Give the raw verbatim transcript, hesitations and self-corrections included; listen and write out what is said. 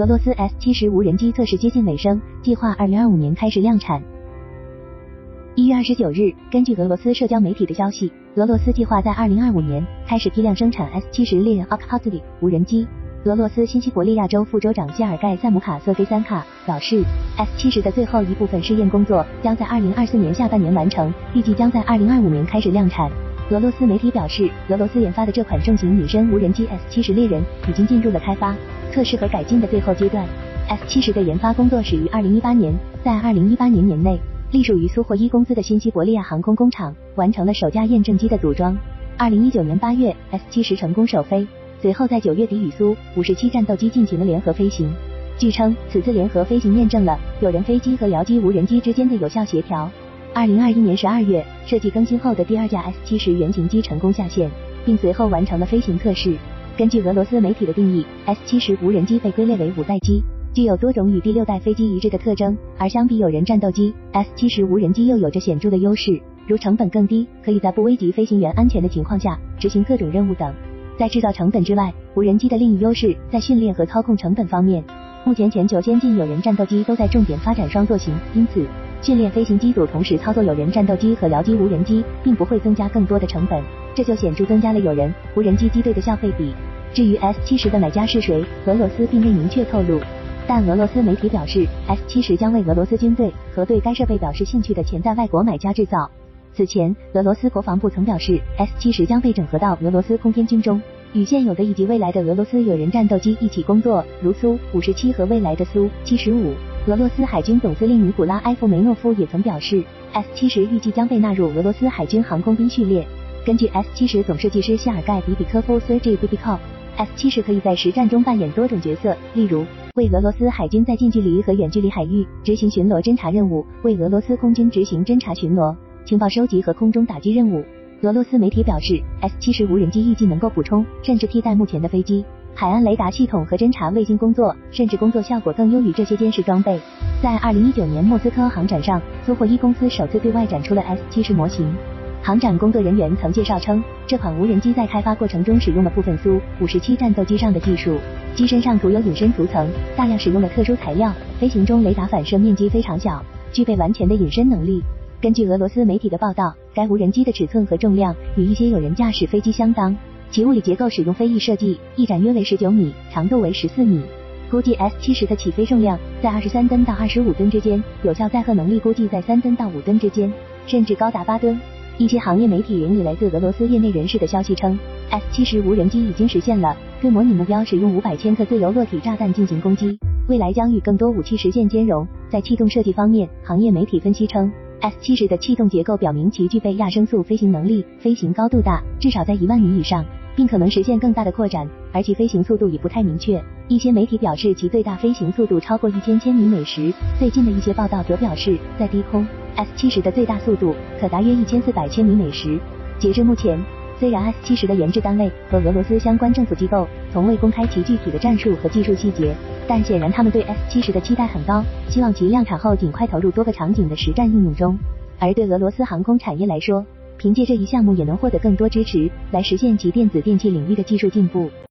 俄罗斯 S 七十 无人机测试接近尾声，计划二零二五年开始量产。一月二十九日，根据俄罗斯社交媒体的消息，俄罗斯计划在二零二五年开始批量生产 S 七十 猎人 Okhotlik 无人机。俄罗斯新西伯利亚州副州长谢尔盖·塞姆卡瑟菲三卡表示 ，S 七十 的最后一部分试验工作将在二零二四年下半年完成，预计将在二零二五年开始量产。俄罗斯媒体表示，俄罗斯研发的这款重型隐身无人机 S 七十 猎人已经进入了开发、测试和改进的最后阶段。S 七十 的研发工作始于二零一八年，在二零一八年年内，隶属于苏霍伊公司的新西伯利亚航空工厂完成了首架验证机的组装。二零一九年八月 ，S 七十 成功首飞，随后在九月底与苏五十七战斗机进行了联合飞行。据称，此次联合飞行验证了有人飞机和僚机无人机之间的有效协调。二零二一年十二月，设计更新后的第二架 S 七十 原型机成功下线，并随后完成了飞行测试。根据俄罗斯媒体的定义 ，S 七十 无人机被归类为五代机，具有多种与第六代飞机一致的特征，而相比有人战斗机 ，S 七十 无人机又有着显著的优势，如成本更低，可以在不危及飞行员安全的情况下执行各种任务等。在制造成本之外，无人机的另一优势在训练和操控成本方面。目前全球先进有人战斗机都在重点发展双座型，因此训练飞行机组同时操作有人战斗机和僚机无人机，并不会增加更多的成本，这就显著增加了有人、无人机机队的消费比。至于 S 七十 的买家是谁，俄罗斯并未明确透露，但俄罗斯媒体表示 ，S 七十 将为俄罗斯军队和对该设备表示兴趣的潜在外国买家制造。此前，俄罗斯国防部曾表示 ，S 七十 将被整合到俄罗斯空天军中，与现有的以及未来的俄罗斯有人战斗机一起工作，如苏五十七和未来的苏七十五。俄罗斯海军总司令尼古拉埃夫梅诺夫也曾表示 ，S 七十 预计将被纳入俄罗斯海军航空兵序列。根据 S 七十 总设计师谢尔盖·比比科夫 Sergey Bibikov，S 七十 可以在实战中扮演多种角色，例如为俄罗斯海军在近距离和远距离海域执行巡逻侦察任务，为俄罗斯空军执行侦察巡逻、情报收集和空中打击任务。俄罗斯媒体表示 ，S 七十 无人机预计能够补充甚至替代目前的飞机、海岸雷达系统和侦察卫星工作，甚至工作效果更优于这些监视装备。在二零一九年莫斯科航展上，苏霍伊公司首次对外展出了 S 七十 模型。航展工作人员曾介绍称，这款无人机在开发过程中使用了部分苏五十七战斗机上的技术，机身上涂有隐身涂层，大量使用了特殊材料，飞行中雷达反射面积非常小，具备完全的隐身能力。根据俄罗斯媒体的报道，该无人机的尺寸和重量与一些有人驾驶飞机相当，其物理结构使用飞翼设计，翼展约为十九米，长度为十四米。估计 S 七十 的起飞重量在二十三吨到二十五吨之间，有效载荷能力估计在三吨到五吨之间，甚至高达八吨。一些行业媒体引以来自俄罗斯业内人士的消息称 ，S 七十 无人机已经实现了对模拟目标使用五百千克自由落体炸弹进行攻击，未来将与更多武器实现兼容。在气动设计方面，行业媒体分析称 ，S 七十 的气动结构表明其具备亚声速飞行能力，飞行高度大，至少在一万米以上，并可能实现更大的扩展，而其飞行速度也不太明确。一些媒体表示其最大飞行速度超过一千千米每时，最近的一些报道则表示，在低空 S 七十 的最大速度可达约一千四百千米每时。截至目前，虽然 S 七十 的研制单位和俄罗斯相关政府机构从未公开其具体的战术和技术细节，但显然他们对 S 七十 的期待很高，希望其量产后尽快投入多个场景的实战应用中。而对俄罗斯航空产业来说，凭借这一项目也能获得更多支持，来实现其电子电器领域的技术进步。